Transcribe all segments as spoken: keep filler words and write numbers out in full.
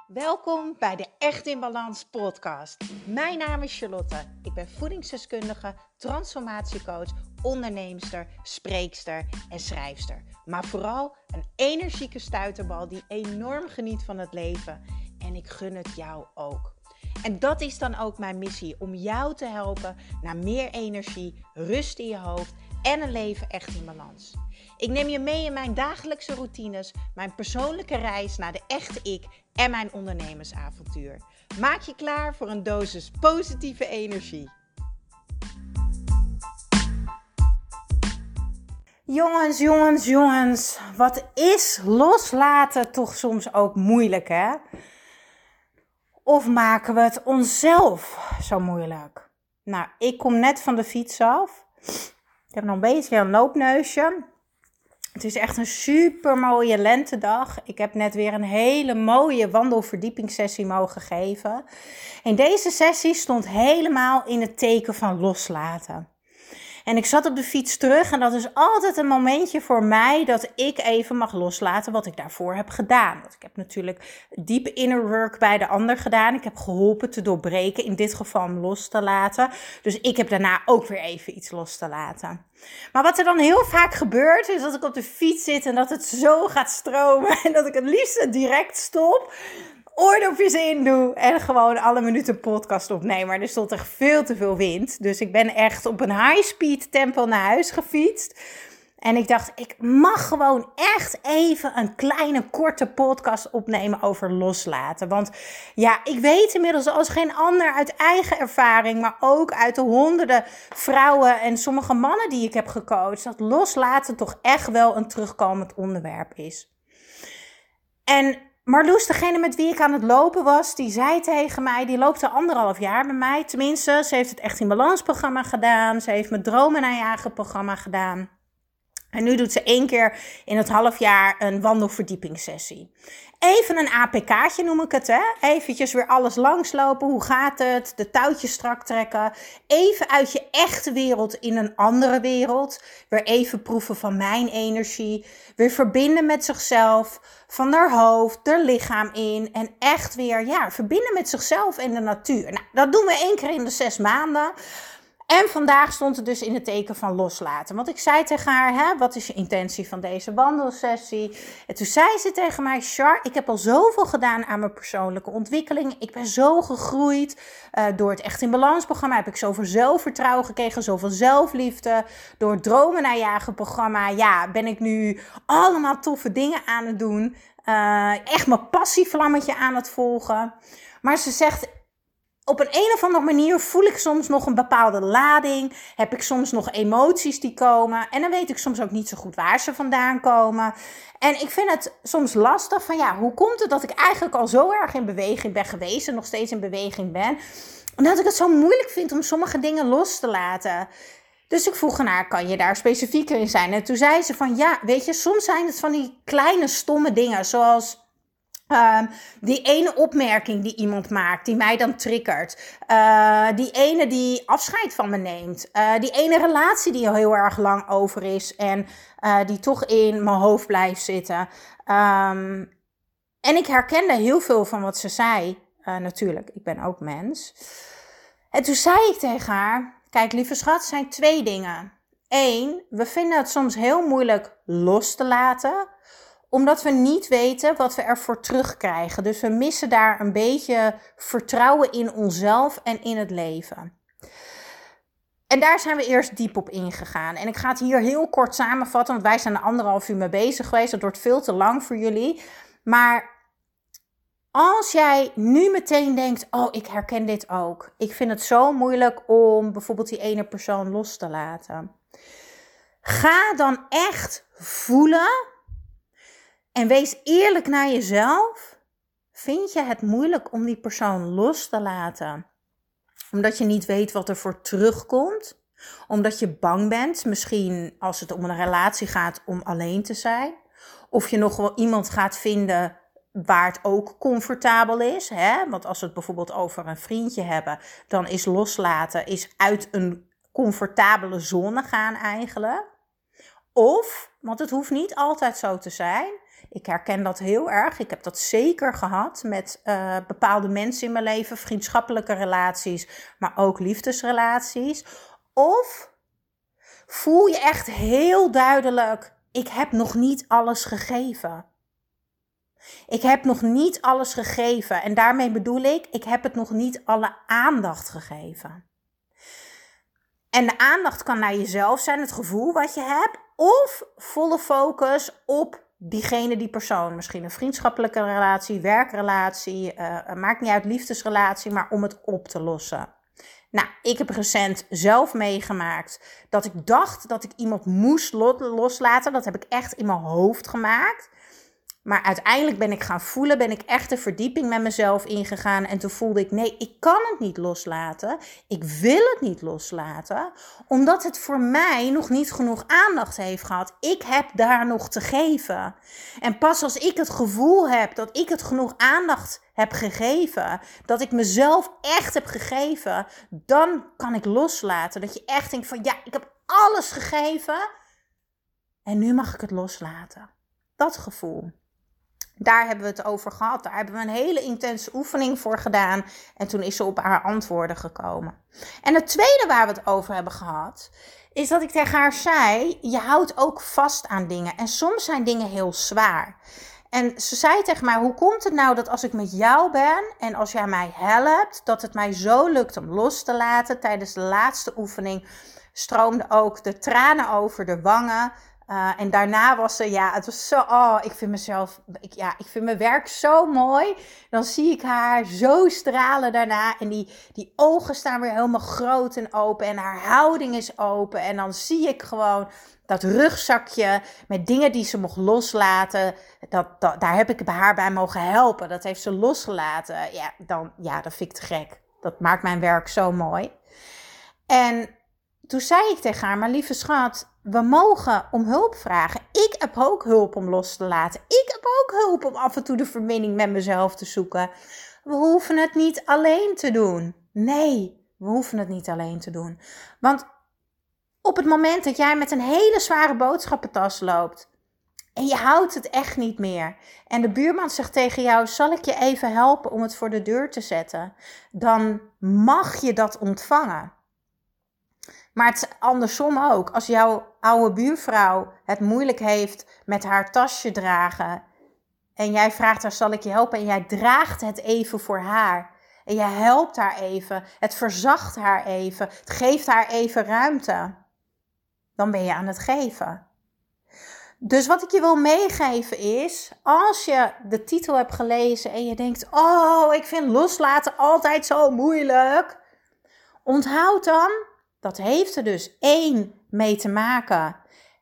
Welkom bij de Echt in Balans podcast. Mijn naam is Charlotte. Ik ben voedingsdeskundige, transformatiecoach, onderneemster, spreekster en schrijfster. Maar vooral een energieke stuiterbal die enorm geniet van het leven. En ik gun het jou ook. En dat is dan ook mijn missie, om jou te helpen naar meer energie, rust in je hoofd en een leven echt in balans. Ik neem je mee in mijn dagelijkse routines, mijn persoonlijke reis naar de echte ik en mijn ondernemersavontuur. Maak je klaar voor een dosis positieve energie. Jongens, jongens, jongens, wat is loslaten toch soms ook moeilijk, hè? Of maken we het onszelf zo moeilijk? Nou, ik kom net van de fiets af. Ik heb nog een beetje een loopneusje. Het is echt een super mooie lentedag. Ik heb net weer een hele mooie wandelverdiepingssessie mogen geven. En deze sessie stond helemaal in het teken van loslaten. En ik zat op de fiets terug en dat is altijd een momentje voor mij dat ik even mag loslaten wat ik daarvoor heb gedaan. Want ik heb natuurlijk diepe inner work bij de ander gedaan. Ik heb geholpen te doorbreken, in dit geval om los te laten. Dus ik heb daarna ook weer even iets los te laten. Maar wat er dan heel vaak gebeurt is dat ik op de fiets zit en dat het zo gaat stromen. En dat ik het liefst direct stop, oordopjes in doe en gewoon alle minuten podcast opneem. Maar er stond echt veel te veel wind. Dus ik ben echt op een high speed tempo naar huis gefietst. En ik dacht, ik mag gewoon echt even een kleine korte podcast opnemen over loslaten. Want ja, ik weet inmiddels als geen ander uit eigen ervaring, maar ook uit de honderden vrouwen en sommige mannen die ik heb gecoacht, dat loslaten toch echt wel een terugkomend onderwerp is. En Marloes, degene met wie ik aan het lopen was, die zei tegen mij, die loopt al anderhalf jaar met mij. Tenminste, ze heeft het Echt in Balans programma gedaan. Ze heeft mijn Dromen najagen programma gedaan. En nu doet ze één keer in het half jaar een wandelverdiepingssessie. Even een A P K'tje noem ik het, hè. Eventjes weer alles langslopen. Hoe gaat het? De touwtjes strak trekken. Even uit je echte wereld in een andere wereld. Weer even proeven van mijn energie. Weer verbinden met zichzelf. Van haar hoofd, haar lichaam in. En echt weer, ja, verbinden met zichzelf en de natuur. Nou, dat doen we één keer in de zes maanden. En vandaag stond het dus in het teken van loslaten. Want ik zei tegen haar, hè, wat is je intentie van deze wandelsessie? En toen zei ze tegen mij, Char, ik heb al zoveel gedaan aan mijn persoonlijke ontwikkeling. Ik ben zo gegroeid. Uh, door het Echt in Balans programma heb ik zoveel zelfvertrouwen gekregen, zoveel zelfliefde. Door het Dromen najagen programma, ja, ben ik nu allemaal toffe dingen aan het doen. Uh, echt mijn passievlammetje aan het volgen. Maar ze zegt, op een, een of andere manier voel ik soms nog een bepaalde lading. Heb ik soms nog emoties die komen. En dan weet ik soms ook niet zo goed waar ze vandaan komen. En ik vind het soms lastig van ja, hoe komt het dat ik eigenlijk al zo erg in beweging ben geweest. En nog steeds in beweging ben. En dat ik het zo moeilijk vind om sommige dingen los te laten. Dus ik vroeg aan haar, kan je daar specifieker in zijn? En toen zei ze van ja, weet je, soms zijn het van die kleine stomme dingen. Zoals Um, die ene opmerking die iemand maakt, die mij dan triggert. Uh, die ene die afscheid van me neemt. Uh, die ene relatie die al heel erg lang over is en uh, die toch in mijn hoofd blijft zitten. Um, en ik herkende heel veel van wat ze zei. Uh, natuurlijk, ik ben ook mens. En toen zei ik tegen haar, kijk lieve schat, het zijn twee dingen. Eén, we vinden het soms heel moeilijk los te laten, omdat we niet weten wat we ervoor terugkrijgen. Dus we missen daar een beetje vertrouwen in onszelf en in het leven. En daar zijn we eerst diep op ingegaan. En ik ga het hier heel kort samenvatten, want wij zijn er anderhalf uur mee bezig geweest. Dat wordt veel te lang voor jullie. Maar als jij nu meteen denkt, oh, ik herken dit ook. Ik vind het zo moeilijk om bijvoorbeeld die ene persoon los te laten. Ga dan echt voelen. En wees eerlijk naar jezelf. Vind je het moeilijk om die persoon los te laten? Omdat je niet weet wat er voor terugkomt? Omdat je bang bent, misschien als het om een relatie gaat, om alleen te zijn? Of je nog wel iemand gaat vinden waar het ook comfortabel is? Hè? Want als we het bijvoorbeeld over een vriendje hebben, dan is loslaten is uit een comfortabele zone gaan eigenlijk. Of, want het hoeft niet altijd zo te zijn, Ik herken dat heel erg. Ik heb dat zeker gehad met uh, bepaalde mensen in mijn leven. Vriendschappelijke relaties, maar ook liefdesrelaties. Of voel je echt heel duidelijk, ik heb nog niet alles gegeven. Ik heb nog niet alles gegeven. En daarmee bedoel ik, ik heb het nog niet alle aandacht gegeven. En de aandacht kan naar jezelf zijn, het gevoel wat je hebt. Of volle focus op diegene, die persoon. Misschien een vriendschappelijke relatie, werkrelatie. Uh, maakt niet uit, liefdesrelatie, maar om het op te lossen. Nou, ik heb recent zelf meegemaakt dat ik dacht dat ik iemand moest loslaten. Dat heb ik echt in mijn hoofd gemaakt. Maar uiteindelijk ben ik gaan voelen, ben ik echt de verdieping met mezelf ingegaan. En toen voelde ik, nee, ik kan het niet loslaten. Ik wil het niet loslaten. Omdat het voor mij nog niet genoeg aandacht heeft gehad. Ik heb daar nog te geven. En pas als ik het gevoel heb dat ik het genoeg aandacht heb gegeven. Dat ik mezelf echt heb gegeven. Dan kan ik loslaten. Dat je echt denkt van, ja, ik heb alles gegeven. En nu mag ik het loslaten. Dat gevoel. Daar hebben we het over gehad. Daar hebben we een hele intense oefening voor gedaan. En toen is ze op haar antwoorden gekomen. En het tweede waar we het over hebben gehad, is dat ik tegen haar zei, je houdt ook vast aan dingen. En soms zijn dingen heel zwaar. En ze zei tegen mij, hoe komt het nou dat als ik met jou ben en als jij mij helpt, dat het mij zo lukt om los te laten. Tijdens de laatste oefening stroomden ook de tranen over de wangen. Uh, en daarna was ze, ja, het was zo, oh, ik vind mezelf, ik, ja, ik vind mijn werk zo mooi. Dan zie ik haar zo stralen daarna en die, die ogen staan weer helemaal groot en open en haar houding is open. En dan zie ik gewoon dat rugzakje met dingen die ze mocht loslaten, dat, dat, daar heb ik haar bij mogen helpen. Dat heeft ze losgelaten. Ja, dan, ja, dat vind ik te gek. Dat maakt mijn werk zo mooi. En toen zei ik tegen haar, maar lieve schat, we mogen om hulp vragen. Ik heb ook hulp om los te laten. Ik heb ook hulp om af en toe de verbinding met mezelf te zoeken. We hoeven het niet alleen te doen. Nee, we hoeven het niet alleen te doen. Want op het moment dat jij met een hele zware boodschappentas loopt en je houdt het echt niet meer en de buurman zegt tegen jou, zal ik je even helpen om het voor de deur te zetten? Dan mag je dat ontvangen. Maar het is andersom ook. Als jouw oude buurvrouw het moeilijk heeft met haar tasje dragen en jij vraagt haar, zal ik je helpen? En jij draagt het even voor haar. En jij helpt haar even. Het verzacht haar even. Het geeft haar even ruimte. Dan ben je aan het geven. Dus wat ik je wil meegeven is, als je de titel hebt gelezen en je denkt, oh, ik vind loslaten altijd zo moeilijk. Onthoud dan, dat heeft er dus één mee te maken.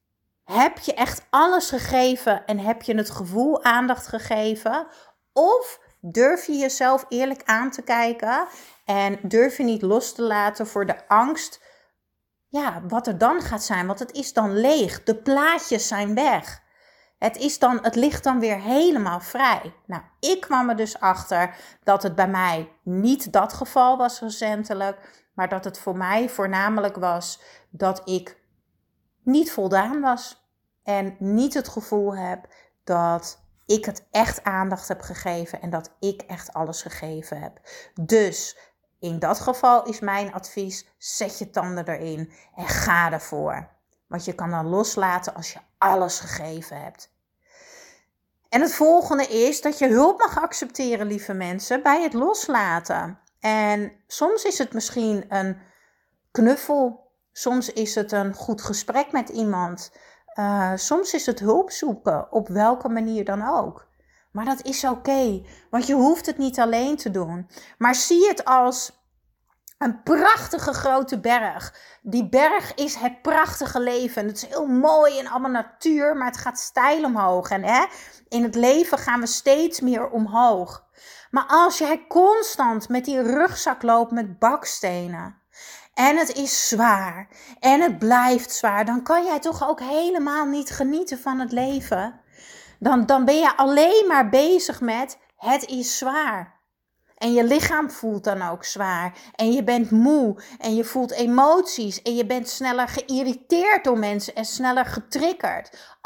Heb je echt alles gegeven en heb je het gevoel aandacht gegeven? Of durf je jezelf eerlijk aan te kijken en durf je niet los te laten voor de angst, ja, wat er dan gaat zijn? Want het is dan leeg, de plaatjes zijn weg. Het, is dan, het ligt dan weer helemaal vrij. Nou, ik kwam er dus achter dat het bij mij niet dat geval was recentelijk, maar dat het voor mij voornamelijk was dat ik niet voldaan was. En niet het gevoel heb dat ik het echt aandacht heb gegeven en dat ik echt alles gegeven heb. Dus in dat geval is mijn advies, zet je tanden erin en ga ervoor. Want je kan dan loslaten als je alles gegeven hebt. En het volgende is dat je hulp mag accepteren, lieve mensen, bij het loslaten. En soms is het misschien een knuffel. Soms is het een goed gesprek met iemand. Uh, soms is het hulp zoeken, op welke manier dan ook. Maar dat is oké, okay, want je hoeft het niet alleen te doen. Maar zie het als een prachtige grote berg. Die berg is het prachtige leven. Het is heel mooi en allemaal natuur, maar het gaat steil omhoog. En hè, in het leven gaan we steeds meer omhoog. Maar als jij constant met die rugzak loopt met bakstenen en het is zwaar en het blijft zwaar, dan kan jij toch ook helemaal niet genieten van het leven. Dan, dan ben je alleen maar bezig met het is zwaar. En je lichaam voelt dan ook zwaar. En je bent moe. En je voelt emoties. En je bent sneller geïrriteerd door mensen. En sneller getriggerd.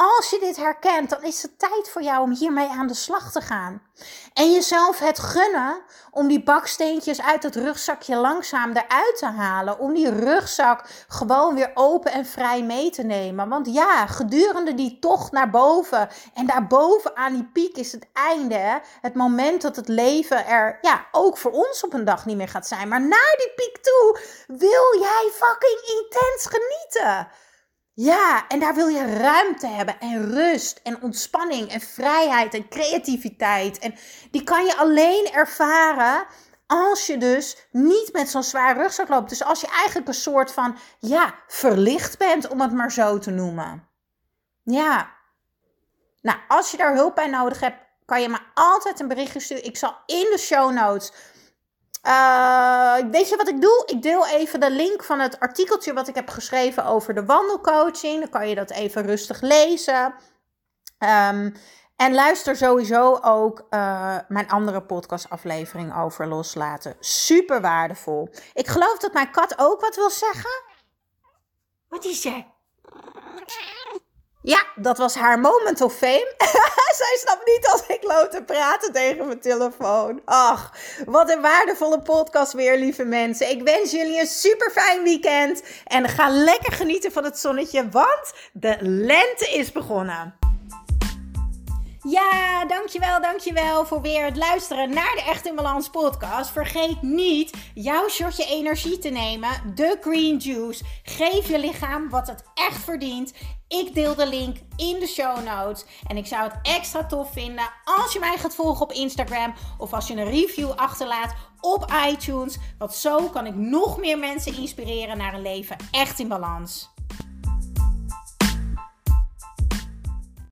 als je dit herkent, dan is het tijd voor jou om hiermee aan de slag te gaan. En jezelf het gunnen om die baksteentjes uit het rugzakje langzaam eruit te halen. Om die rugzak gewoon weer open en vrij mee te nemen. Want ja, gedurende die tocht naar boven en daarboven aan die piek is het einde. Hè? Het moment dat het leven er ja, ook voor ons op een dag niet meer gaat zijn. Maar naar die piek toe wil jij fucking intens genieten. Ja, en daar wil je ruimte hebben en rust en ontspanning en vrijheid en creativiteit. En die kan je alleen ervaren als je dus niet met zo'n zwaar rugzak loopt. Dus als je eigenlijk een soort van, ja, verlicht bent, om het maar zo te noemen. Ja. Nou, als je daar hulp bij nodig hebt, kan je me altijd een berichtje sturen. Ik zal in de show notes... Uh, weet je wat ik doe? Ik deel even de link van het artikeltje wat ik heb geschreven over de wandelcoaching. Dan kan je dat even rustig lezen. Um, en luister sowieso ook uh, mijn andere podcastaflevering over loslaten. Super waardevol. Ik geloof dat mijn kat ook wat wil zeggen. Wat is er? Ja, dat was haar moment of fame. Zij snapt niet als ik loop te praten tegen mijn telefoon. Ach, wat een waardevolle podcast weer, lieve mensen. Ik wens jullie een super fijn weekend. En ga lekker genieten van het zonnetje, want de lente is begonnen. Ja, dankjewel, dankjewel voor weer het luisteren naar de Echt in Balans podcast. Vergeet niet jouw shotje energie te nemen, de Green Juice. Geef je lichaam wat het echt verdient. Ik deel de link in de show notes. En ik zou het extra tof vinden als je mij gaat volgen op Instagram. Of als je een review achterlaat op iTunes. Want zo kan ik nog meer mensen inspireren naar een leven echt in balans.